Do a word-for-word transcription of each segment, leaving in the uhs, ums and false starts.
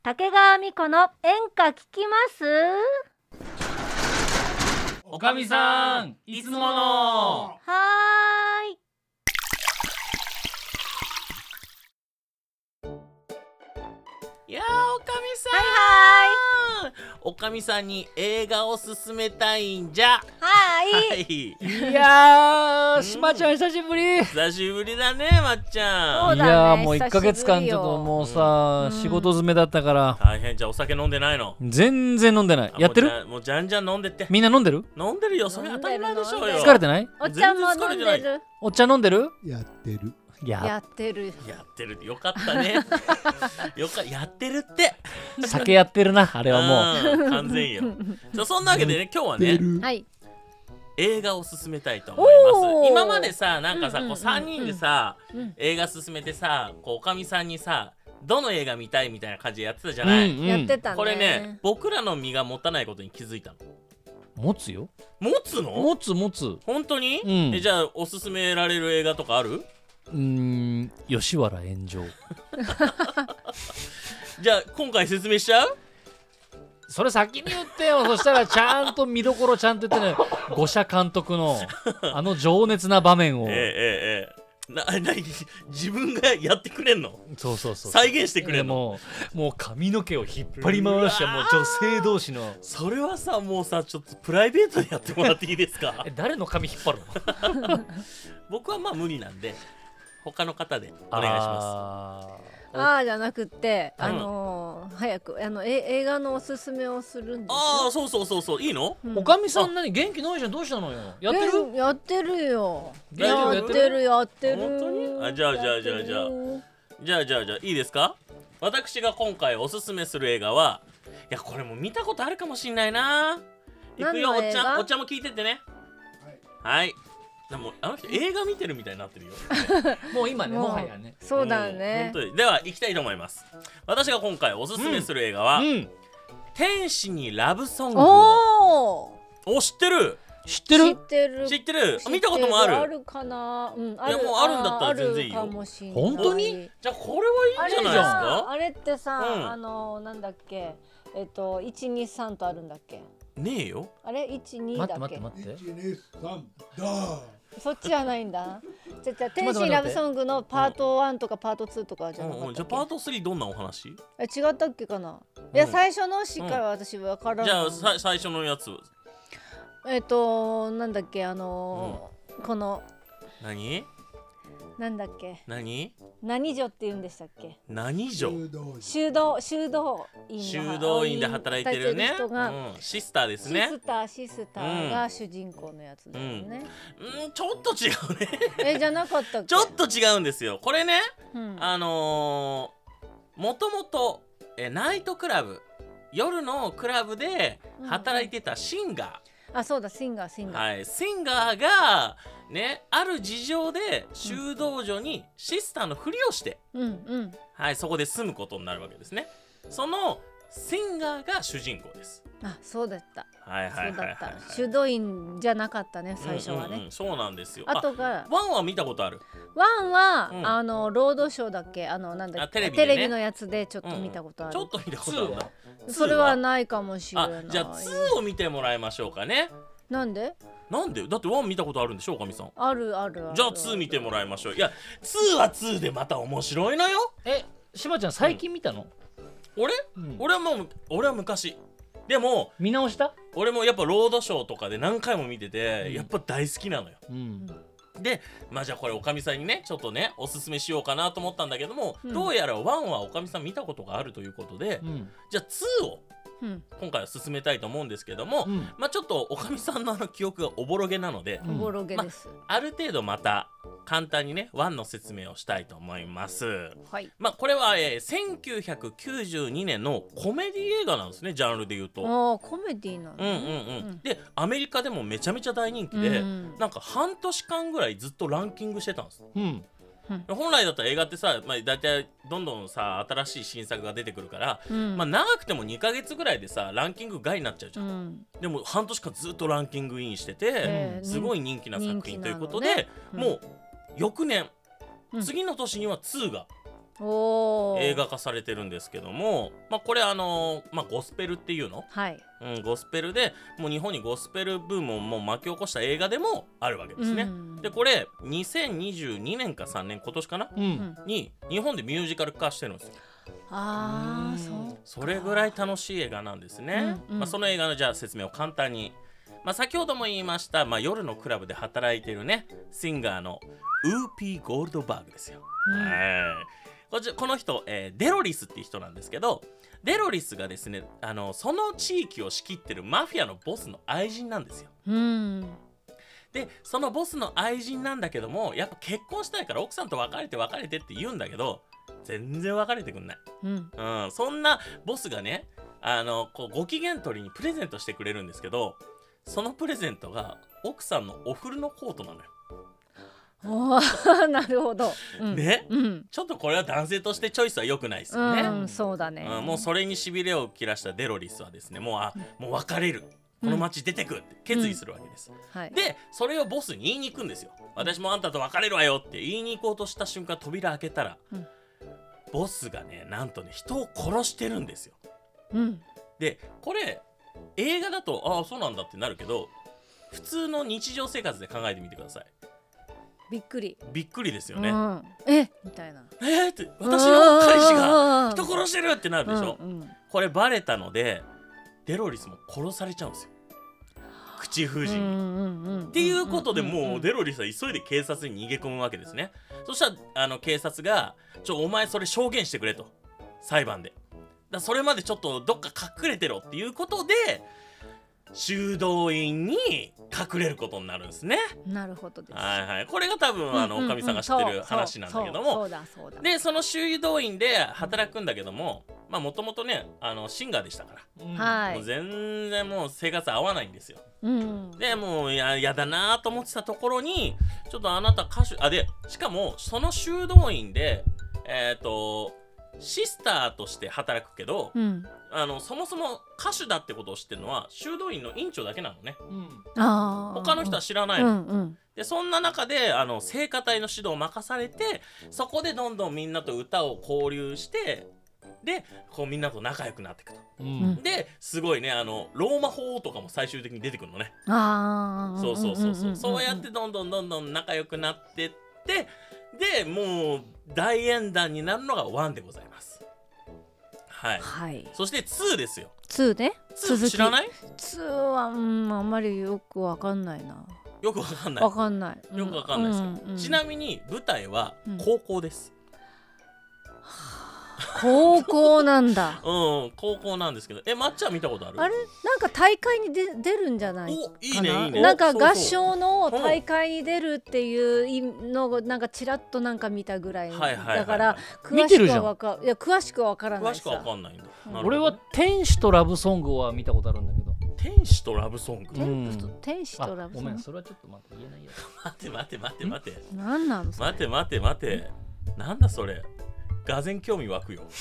竹川美子の演歌聞きます。 おかみさんいつもの。 はーい。 いやー、おかみさん、 はいはい。 おかみさんに映画を勧めたいんじゃ。 ははい。 い。 いやー、しまちゃん久しぶり。 久しぶりだね、まっちゃん。 そうだねいやー、もういっかげつかん久しぶりよちょっともうさ、 うん仕事詰めだったから大変じゃ。お酒飲んでないの？ 全然飲んでない。 あやってる？ もうじゃもうじゃんじゃん飲んでって。 みんな飲んでる？ 飲んでるよ、それ当たり前でしょうよ。 飲んでる疲れてない？ お茶も飲ん全然疲れてないでる。 お茶飲んでる？ やってる。 ややってる。 やってる。よかったね。よかやってるって。 酒やってるな、あれはもう。 うん完全よ。じゃあそんなわけでね、今日はね、 はい。 映画を勧めたいと思います。 おー今までさ、なんかさ、 うんうんうんうんこうさんにんでさ、 うん映画勧めてさ、こうおかみさんにさ、どの映画見たいみたいな感じでやってたじゃうない。 んうんやってたね。 これね、僕らの身が持たないことに気づいたの。 持つよ。 持つの？ 持つ持つ。う本当に？ うんえじゃあおすすめられる映画とかある？ ーん、吉原炎上。 じゃあ今回説明しちゃう？ それ先に言ってよ。そしたらちゃんと見どころちゃんと言ってね。五社監督のあの情熱な場面を。 ええええええな、なに自分がやってくれんの？ そうそうそう。 再現してくれんの？ もうもう髪の毛を引っ張り回してもう女性同士の。 それはさ、もうさ、ちょっとプライベートでやってもらっていいですか？ え、誰の髪引っ張るの？ 僕はまあ無理なんで他の方でお願いしまあああじゃなくって、 うんあのー早くあのえ映画のおすすめをするんですす。 よ。 ああ、そうそうそうそう、いいの？ うんーおかみさん何元気ないじゃん。どうしたのよ。やってる？ えやってるよ。 大丈夫やってるやってる。 本当に？あじゃあじゃあじゃあじゃあじゃあじゃあじゃあいいですか？私が今回おすすめする映画は、いやこれも見たことあるかもしんないな。いくよ、おっちゃん、 何の映画おっちゃんも聞いててね。はい。でもあの人映画見てるみたいになってるよ。 もう今ね、 もうもはやね。 そうだうんね。 本当に。では行きたいと思います。私が今回おすすめする映画は、 うん。 天使にラブソングを。 おお。 お、知ってる？ 知って知っる？ てる。 知ってる？ 知ってる見たこともある？ あるかな。うん。ある。 いやもうあるんだったら全然いいよあるかもしんない本当に？ じゃあこれはいいんじゃないですか？ あれってさ、 うんあのなんだっけ、えっといちにさんとあるんだっけ。 ねえよ。 あれいちに待だっけ。 って待って待って。 一二三だ。 そっちじゃないんだ。じゃじゃちょっと待って天使ラブソングのパートワンとかパートツーとかじゃなかうんうん、じったっけ。 ゃあパートスリーどんなお話？ え違ったっけかな。いやうん最初のしかは私わからない。 じゃあさ最初のやつえっとなんだっけあのーこの何？ なんだっけ何？ 何女って言うんでしたっけ。 何女？ 修道修道院の修道院で働いてるね。 人が、 うん、シスターですシね。 スターシスターが主人公のやつだよね。 うん、ちょっと違うね。 えじゃなかったっけ。 ちょっと違うんですよ。これね、 うんあのー、もともとえナイトクラブ、夜のクラブで働いてたシンガあそうだシンガーシンー、 ガー。 はい、シンガーがね、ある事情で修道女にシスターのふりをして、 うんうん。 はい、そこで住むことになるわけですね。そのシンガーが主人公です。 あそうだった。 はいはいはいはい、 そうだったはい。。 修道院じゃなかったね最初はね。 うんうんうん、そうなんですよ。 あとがワンは見たことある？ ワンは、 うんあのロードショーだっけあのなんだっけあテレビでねのやつでちょっと見たことある。 ちょっと見たことあるんだ。 それはないかもしれない。 あ、じゃあツーを見てもらいましょうかね。 なんで？ なんで？だってワン見たことあるんでしょうかみさん。 あるあるある。 じゃあツー見てもらいましょう。いや、ツーはツーでまた面白いのよ。 え、しまちゃん最近見たの？ 俺？ うん俺はもう俺は昔。でも見直した？ 俺もやっぱロードショーとかで何回も見てて、 うんやっぱ大好きなのよ。 うん。 で、まあじゃあこれおかみさんにねちょっとねおすすめしようかなと思ったんだけども、 うんどうやらワンはおかみさん見たことがあるということで、 うん。 じゃあツーをうん。 今回は進めたいと思うんですけども、 うん。 まあちょっとおかみさんのあの記憶がおぼろげなので、 うんおぼろげです。 ある程度また簡単にねワンの説明をしたいと思います。 はい。 まあこれは、えー、せんきゅうひゃくきゅうじゅうにねんのコメディ映画なんですね、ジャンルで言うと。 ああコメディなの。 うんうんうん、 うんでアメリカでもめちゃめちゃ大人気で、 うんなんか半年間ぐらいずっとランキングしてたんです。 うん。 本来だったら映画ってさ、まあ、だいたいどんどんさ新しい新作が出てくるから、 うんまあ、長くてもにかげつぐらいでさランキング外になっちゃうじゃん、 うん。 でも半年間ずっとランキングインしてて、 えーすごい人気な作品ということで、 人気なのねうんもう翌年、 うん次の年にはツーがおー映画化されてるんですけども、まあ、これあのーまあ、ゴスペルっていうの、 はいうん、ゴスペルでもう日本にゴスペルブームをもう巻き起こした映画でもあるわけですね。 うん、 でこれにせんにじゅうにねんかさんねん今年かな、 ううんん、 に日本でミュージカル化してるんですよ。 ああうんそうそれぐらい楽しい映画なんですね。 うんうんまあ、その映画のじゃあ説明を簡単に、まあ、先ほども言いました、まあ、夜のクラブで働いてるねシンガーのウーピー・ゴールドバーグですよ。 うんはいこちこの人、えーデロリスっていう人なんですけど、デロリスがですねあのその地域を仕切ってるマフィアのボスの愛人なんですよ。 うんでそのボスの愛人なんだけどもやっぱ結婚したいから奥さんと別れて別れてって言うんだけど全然別れてくんない、 うんうん、そんなボスがねあのこうご機嫌取りにプレゼントしてくれるんですけど、そのプレゼントが奥さんのおフルのコートなのよ。 おーなるほど、うん、 ねうんちょっとこれは男性としてチョイスは良くないですよね、 うん、そうだね、 うん、もうそれにしびれを切らしたデロリスはですねもうあもう別れるこの街出てくって決意するわけです、 はい、 でそれをボスに言いに行くんですよ。私もあんたと別れるわよって言いに行こうとした瞬間扉開けたら、 うんボスがねなんとね人を殺してるんですよ。 うんでこれ映画だとああそうなんだってなるけど普通の日常生活で考えてみてください。 びっくり、 びっくりですよね、 うん、えみたいなえーって私の彼氏がが人殺してるってなるでしょ、 うんうんこれバレたのでデロリスも殺されちゃうんですよ口封じに、 にっていうことでもうデロリスは急いで警察に逃げ込むわけですね。そしたらあの警察がちょお前それ証言してくれと裁判でだそれまでちょっとどっか隠れてろっていうことで修道院に隠れることになるんですね。 なるほどです。 はいはいこれが多分あのおかみさんが知ってる話なんだけども、 そうだそうだ。 でその修道院で働くんだけどもまあもともとねあのシンガーでしたから、 うんはい。 もう全然もう生活合わないんですよ。 うん。 でもうややだなと思ってたところにちょっとあなた歌手あでしかもその修道院でえっ、とシスターとして働くけど、 うん。 あのそもそも歌手だってことを知ってるのは修道院の院長だけなのね。 うんああ。 他の人は知らないうんの。 うん。 でそんな中であの聖歌隊の指導を任されてそこでどんどんみんなと歌を交流してでこうみんなと仲良くなっていくと。 うんですごいねあのローマ法王とかも最終的に出てくるのね。 ああ。 そうそうそうそう。 んんんんそうやってどんどんどんどん仲良くなってってでもう大演談になるのがワンでございます。はい。 はい。 そしてツーですよ。 ツーね。 ツー知らない？ ツーはうんあんまりよくわかんないな。 よくわかんない。 わかんない。 よくわかんないですよ、 うんうんちなみに舞台はうん高校です。 高校なんだ。 うん、高校なんですけど、え、まっちゃん見たことある？ あれなんか大会に出出るんじゃないかな。 おいいねいいねなんかそうそう合唱の大会に出るっていうのをなんかちらっとなんか見たぐらい。 はいはいはいはいだから詳しく見てるじゃんはわかいや詳しくはわからないさ。 詳しくわかんないんだ。 うんなるほど俺は天使とラブソングは見たことあるんだけど天使とラブソング。 うん天使と天使あとラブソング。 ごめんそれはちょっと待って言えないやつ待って待って待って待ってなんなのそれ。 待って待って待って。なんだそれ。がぜん興味湧くよ。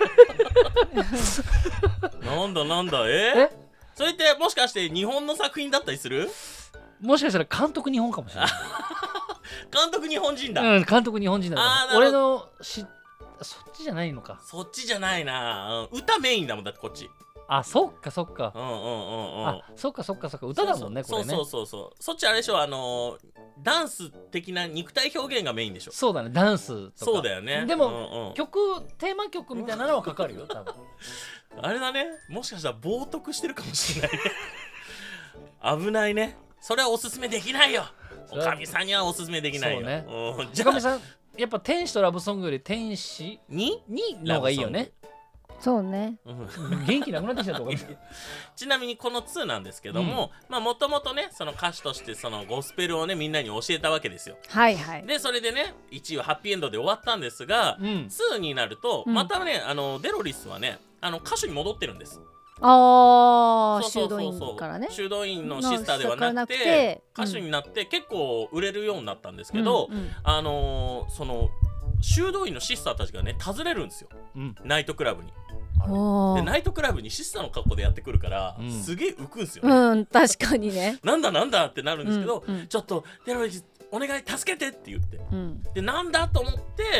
なんだなんだえ？ えそれってもしかして日本の作品だったりする？ もしかしたら監督日本かもしれない監督日本人だ。 うん監督日本人だかあーなるほどら俺のしそっちじゃないのかそっちじゃないな。うん歌メインだもんだってこっち。 あそっかそっかうんうんうんうん。 あそっかそっかそっか歌だもんねこれねそうそうそうそうそっちあれでしょあのーダンス的な肉体表現がメインでしょ。 そうだねダンスとかそうだよね。 でもうんうん曲テーマ曲みたいなのはかかるよ多分あれだねもしかしたら冒涜してるかもしれないね危ないねそれはおすすめできないよおそれはかみさんにはおすすめできないよそうねうんじゃあじゃかみさんやっぱ天使とラブソングより天使ににの方がいいよねそうね。 うん元気なくなってきたとこちなみにこのツーなんですけどももともとねその歌手としてそのゴスペルをねみんなに教えたわけですよ。 はいはい。 でそれでねいちいはハッピーエンドで終わったんですが、 うんツーになるとうんまたね、あのデロリスはねあの歌手に戻ってるんです。 ああそうそ修道うそうそう院からね。 修道院のシスターではなくてのなくてうん歌手になって結構売れるようになったんですけど、 うんうんあのーその修道院のシスターたちがね訪ねるんですようんナイトクラブに。 おーでナイトクラブにシスターの格好でやってくるから、 うんすげえ浮くんですよね、 うん確かにね。 なんだなんだってなるんですけど、 うんうんちょっとデロリスお願い助けてって言ってうんでなんだと思って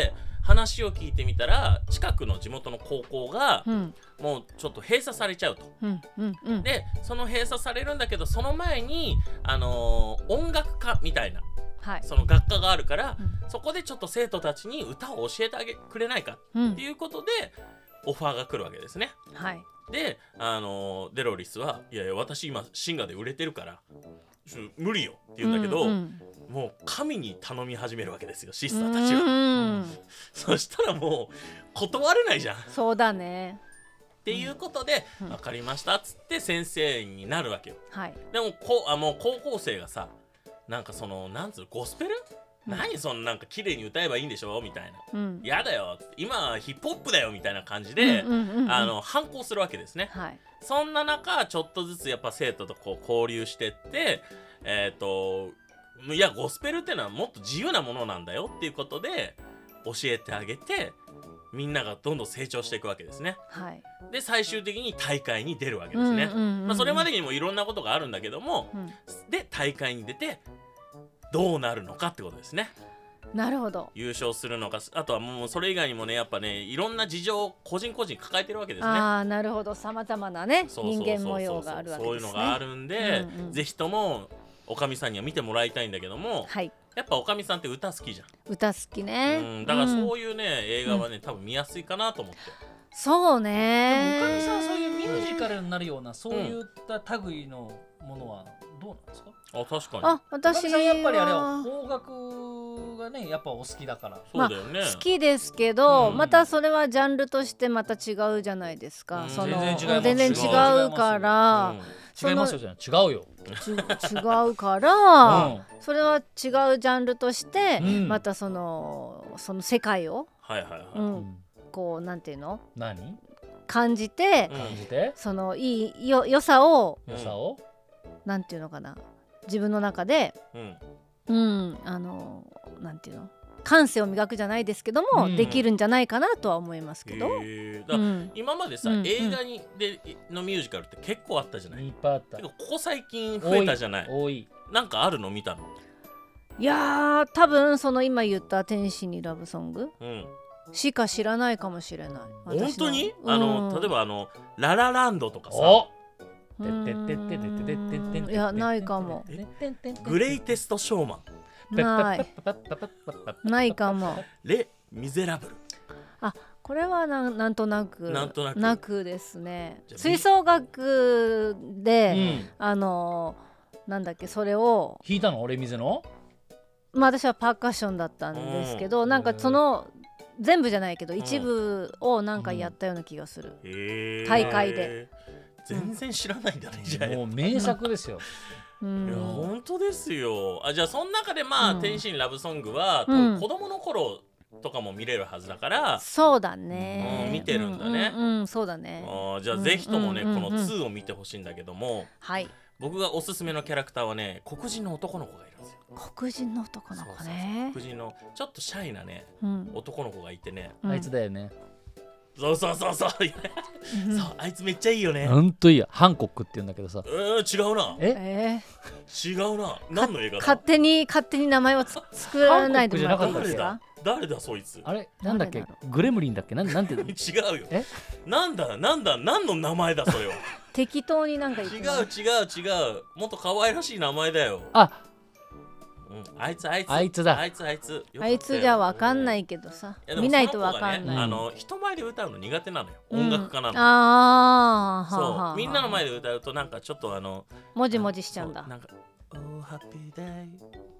話を聞いてみたら近くの地元の高校がうんもうちょっと閉鎖されちゃうと。 うんうんうんでその閉鎖されるんだけどその前に、あのー音楽家みたいなはいその学科があるから、 うそこでちょっと生徒たちに歌を教えてあげくれないかうんっていうことでオファーが来るわけですね。 はいで、あのーデロリスはいやいや私今シンガーで売れてるからちょ無理よって言うんだけど、 うんもう神に頼み始めるわけですよシスうんターたちは。 うんそしたらもう断れないじゃんっそうだねていうことで、 うん分かりましたっつって先生になるわけよ。 はいでもこうあもう高校生がさなんかそのなんつうのゴスペル、 うん何そのなんか綺麗に歌えばいいんでしょみたいな。 うんやだよっつって今はヒップホップだよみたいな感じで、 うんうんうんうんあの反抗するわけですね。 はいそんな中ちょっとずつやっぱ生徒とこう交流してってえっ、といやゴスペルっていうのはもっと自由なものなんだよっていうことで教えてあげてみんながどんどん成長していくわけですね。 はいで最終的に大会に出るわけですね。 うんうんうんうんまあ、それまでにもいろんなことがあるんだけども、 うんで大会に出てどうなるのかってことですね。 なるほど優勝するのかあとはもうそれ以外にもねやっぱねいろんな事情を個人個人抱えてるわけですね。 ああなるほどさまざまなねそうそうそうそう人間模様があるわけそういうですねのがあるんで、 うんうんぜひともおかみさんには見てもらいたいんだけども、 はいやっぱおかみさんって歌好きじゃん、 歌好きねうん、だからうんそういうね、映画はね多分見やすいかなと思って、 そうでもねおかみさんそういうミュージカルになるようなそういった類のものはどうなんですか？ あ確かにあおか私みさんやっぱりあれはは邦楽がねやっぱお好きだから。 そうだよね、 好きですけど、 うんまたそれはジャンルとしてまた違うじゃないですか、 うんその全然違います全然違うから、 違いますよじゃない違うよ。 ち違うから、 うんそれは違うジャンルとして、 うんまたそのその世界を、 はいはいはい、 う、 うんんこうなんていうの何感じて、 うん感じてそのいいよ良さをうん良さをなんていうのかな自分の中で、 うんうん、あのなんていうの感性を磨くじゃないですけども、 うんできるんじゃないかなとは思いますけど、 へーだからうん、 今までさ、 うん映画にでのミュージカルって結構あったじゃない、 いっぱいあったてかここ最近増えたじゃない多いなんかあるの見たのいやー多分その今言った「天使にラブソングうん」 しか知らないかもしれない本当に、 私のあの、 うん例えばあのララランドとかさおうーんてってってってってってってっていやないかもグレイテストショーマンないないかもレ・ミゼラブルこれはななんとなくなんとなくなくですねじゃあ吹奏楽うで、 んあのなんだっけそれを弾いたの俺水のまあ私はパーカッションだったんですけど、なんかその全部じゃないけど、一部をなんかやったような気がする、 へー大会で全然知らないんだね、じゃあもう名作ですよういやん、 本当ですよ。あじゃあその中でまあ、 うん天心ラブソングは、多うん分子供の頃とかも見れるはずだから、 そうだね、 うん見てるんだねうんうんうんそうだねあーじゃあぜひともね、 うんうんうんうんこのツーを見てほしいんだけども、 はい僕がおすすめのキャラクターはね黒人の男の子がいるんですよ。 黒人の男の子そうそうねそう黒人のちょっとシャイなねうん男の子がいてね、 うんあいつだよねそうそうそうそうそうあいつめっちゃいいよね。 ほんといいやハンコックって言うんだけどさうーん違うなええ違うな何の映画ー、勝だ手に勝手に名前をつ作らないでもらっていいですか誰だ誰だそいつあれなんだっけ誰だろグレムリンだっけなんなんていうの違うよえなんだなんだ何の名前だそれは適当になんか言って違う違う違うもっと可愛らしい名前だよ、 あうん、あいつあいつあいつだあいつあいつよかったよあいつじゃわかんないけどさやでも見ないとわその子がねかんない、 うんあの人前で歌うの苦手なのよ、 うん音楽家なの、 あーそう、 はあはあみんなの前で歌うとなんかちょっとあのもじもじしちゃうんだそうなんか「Oh happy day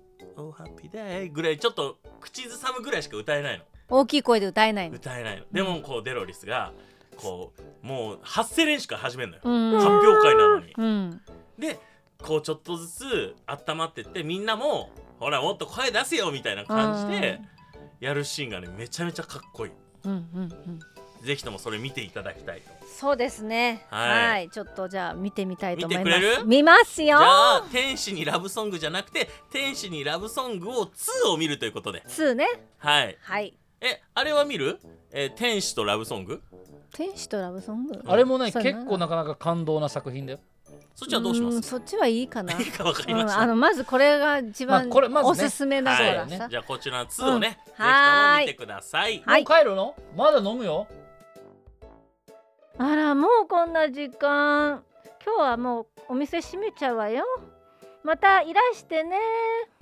Oh happy day」ぐらいちょっと口ずさむぐらいしか歌えないの大きい声で歌えないの歌えないのでもこうデロリスがこうもう発声練習から始めるのよ、 うん発表会なのにうんでこうちょっとずつ温まってってみんなもほらもっと声出せよみたいな感じでやるシーンがねめちゃめちゃかっこいい。 うんうんうんぜひともそれ見ていただきたいと。 そうですねはいはいちょっとじゃあ見てみたいと思います見てくれる見ますよじゃあ天使にラブソングじゃなくて天使にラブソングをツーを見るということで、 ツーねはい。 はいえあれは見る？えー天使とラブソング？ 天使とラブソングあれもねそうやな結構なかなか感動な作品だよそっちはどうします？ んそっちはいいかな。 いいか分かりうん、 ました、 あのまずこれが一番まあこれまずねおすすめだかはいらさ。 じゃあこちらのツーをね、 うんぜひともはーい見てください。 はいもう帰るの？まだ飲むよ。 あらもうこんな時間。今日はもうお店閉めちゃうわよ。またいらしてね。